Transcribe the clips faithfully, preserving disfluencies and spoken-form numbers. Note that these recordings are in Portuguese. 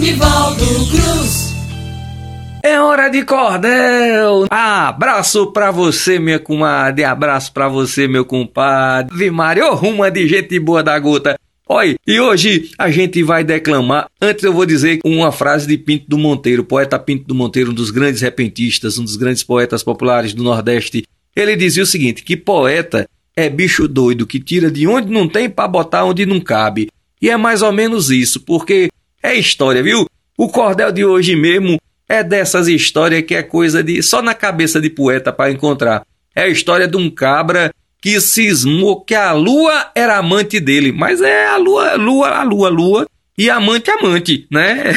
Nivaldo Cruz. É hora de cordel. Abraço pra você, minha comadre. Abraço pra você, meu compadre. Vimário, ô ruma de gente boa da gota. Oi, e hoje a gente vai declamar. Antes eu vou dizer uma frase de Pinto do Monteiro, poeta Pinto do Monteiro, um dos grandes repentistas, um dos grandes poetas populares do Nordeste. Ele dizia o seguinte, que poeta é bicho doido que tira de onde não tem pra botar onde não cabe. E é mais ou menos isso, porque é história, viu? O cordel de hoje mesmo é dessas histórias que é coisa de só na cabeça de poeta para encontrar. É a história de um cabra que cismou que a lua era amante dele, mas é a lua, lua, a lua, lua e amante, amante, né?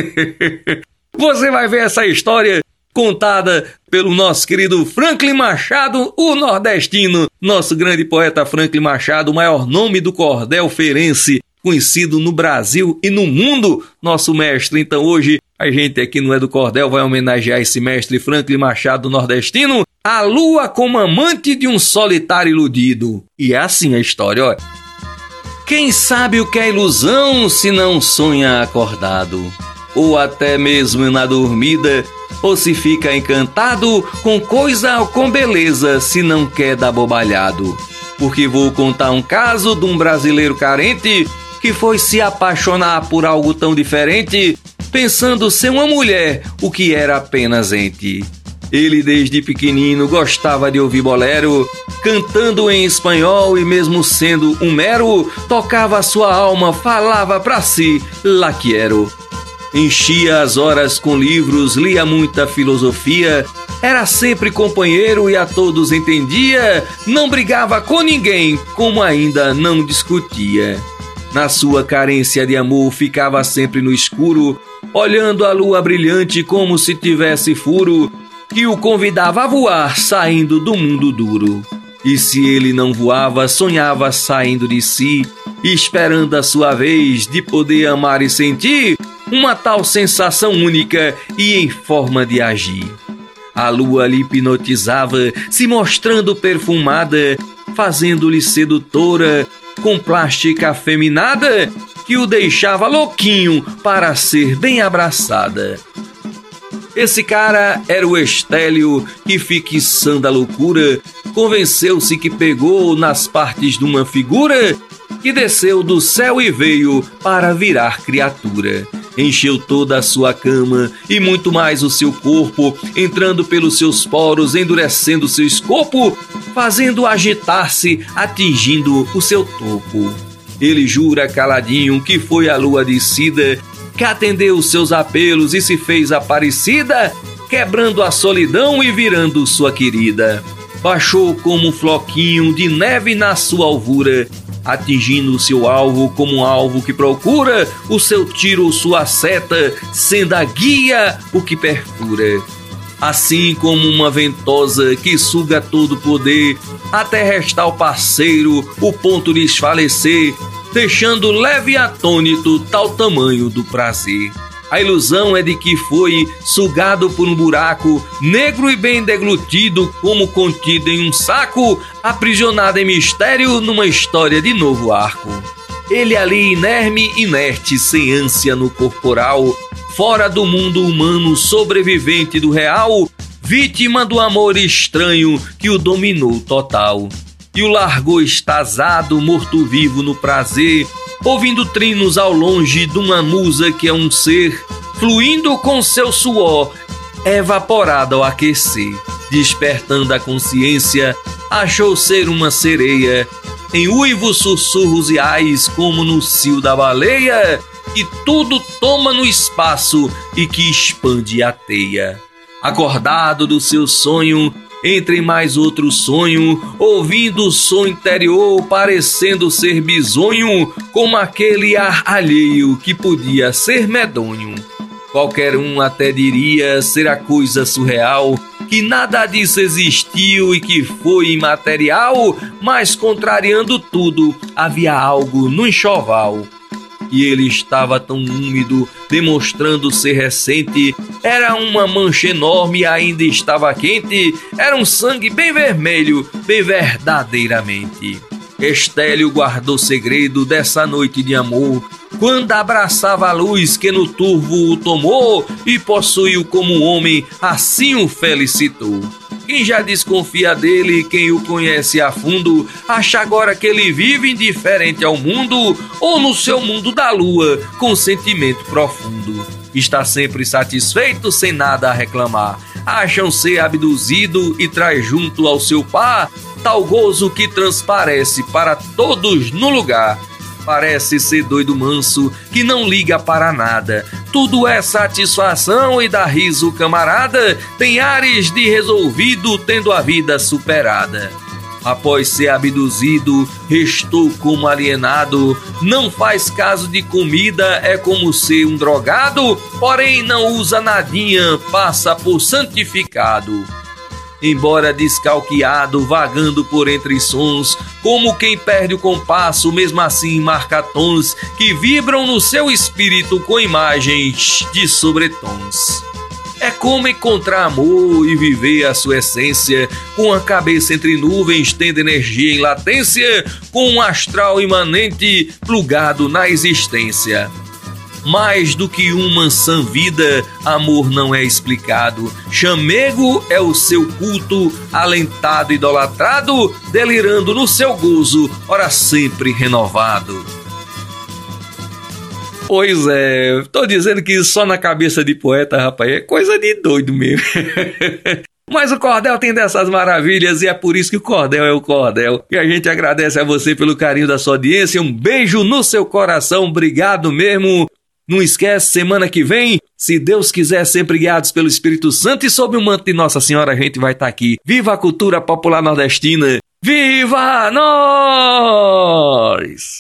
Você vai ver essa história contada pelo nosso querido Franklin Machado, o nordestino, nosso grande poeta Franklin Machado, o maior nome do cordel feirense, conhecido no Brasil e no mundo, nosso mestre. Então hoje a gente aqui no É do Cordel vai homenagear esse mestre Franklin Machado nordestino, a lua como amante de um solitário iludido. E é assim a história, ó. Quem sabe o que é ilusão se não sonha acordado, ou até mesmo na dormida, ou se fica encantado com coisa ou com beleza se não quer dar bobalhado. Porque vou contar um caso de um brasileiro carente que foi se apaixonar por algo tão diferente, pensando ser uma mulher, o que era apenas ente. Ele desde pequenino gostava de ouvir bolero, cantando em espanhol e mesmo sendo um mero, tocava sua alma, falava pra si, lá quero. Enchia as horas com livros, lia muita filosofia, era sempre companheiro e a todos entendia, não brigava com ninguém, como ainda não discutia. Na sua carência de amor ficava sempre no escuro, olhando a lua brilhante como se tivesse furo, que o convidava a voar saindo do mundo duro. E se ele não voava, sonhava saindo de si, esperando a sua vez de poder amar e sentir uma tal sensação única e em forma de agir. A lua lhe hipnotizava, se mostrando perfumada, fazendo-lhe sedutora, com plástica afeminada, que o deixava louquinho para ser bem abraçada. Esse cara era o Estélio, que fixando a loucura, convenceu-se que pegou nas partes de uma figura que desceu do céu e veio para virar criatura. Encheu toda a sua cama e muito mais o seu corpo, entrando pelos seus poros, endurecendo seu escopo, fazendo agitar-se, atingindo o seu topo. Ele jura caladinho que foi a lua descida, que atendeu os seus apelos e se fez aparecida, quebrando a solidão e virando sua querida. Baixou como um floquinho de neve na sua alvura, atingindo o seu alvo como um alvo que procura o seu tiro ou sua seta, sendo a guia o que perfura. Assim como uma ventosa que suga todo o poder, até restar o parceiro o ponto de desfalecer, deixando leve e atônito tal tamanho do prazer. A ilusão é de que foi sugado por um buraco, negro e bem deglutido, como contido em um saco, aprisionado em mistério numa história de novo arco. Ele ali inerme, inerte, sem ânsia no corporal, fora do mundo humano, sobrevivente do real, vítima do amor estranho que o dominou total. E o largou estasado, morto-vivo no prazer, ouvindo trinos ao longe de uma musa que é um ser, fluindo com seu suor, evaporado ao aquecer. Despertando a consciência, achou ser uma sereia, em uivos, sussurros e ais, como no cio da baleia, que tudo toma no espaço e que expande a teia. Acordado do seu sonho, entre mais outro sonho, ouvindo o som interior, parecendo ser bisonho, como aquele ar alheio que podia ser medonho. Qualquer um até diria ser a coisa surreal, que nada disso existiu e que foi imaterial, mas contrariando tudo, havia algo no enxoval. E ele estava tão úmido, demonstrando ser recente, era uma mancha enorme e ainda estava quente, era um sangue bem vermelho, bem verdadeiramente. Estélio guardou segredo dessa noite de amor, quando abraçava a luz que no turvo o tomou e possuiu como homem, assim o felicitou. Quem já desconfia dele, quem o conhece a fundo, acha agora que ele vive indiferente ao mundo ou no seu mundo da lua, com sentimento profundo. Está sempre satisfeito, sem nada a reclamar. Acham ser abduzido e traz junto ao seu par tal gozo que transparece para todos no lugar. Parece ser doido manso, que não liga para nada. Tudo é satisfação e dá riso camarada, tem ares de resolvido, tendo a vida superada. Após ser abduzido, restou como alienado, não faz caso de comida, é como ser um drogado, porém não usa nadinha, passa por santificado. Embora descalqueado, vagando por entre sons, como quem perde o compasso, mesmo assim marca tons que vibram no seu espírito com imagens de sobretons. É como encontrar amor e viver a sua essência, com a cabeça entre nuvens, tendo energia em latência, com um astral imanente plugado na existência. Mais do que uma sã vida, amor não é explicado. Chamego é o seu culto, alentado, idolatrado, delirando no seu gozo, ora sempre renovado. Pois é, tô dizendo que só na cabeça de poeta, rapaz, é coisa de doido mesmo. Mas o Cordel tem dessas maravilhas e é por isso que o Cordel é o Cordel. E a gente agradece a você pelo carinho da sua audiência. Um beijo no seu coração, obrigado mesmo. Não esquece, semana que vem, se Deus quiser, sempre guiados pelo Espírito Santo e sob o manto de Nossa Senhora, a gente vai estar aqui. Viva a cultura popular nordestina! Viva nós!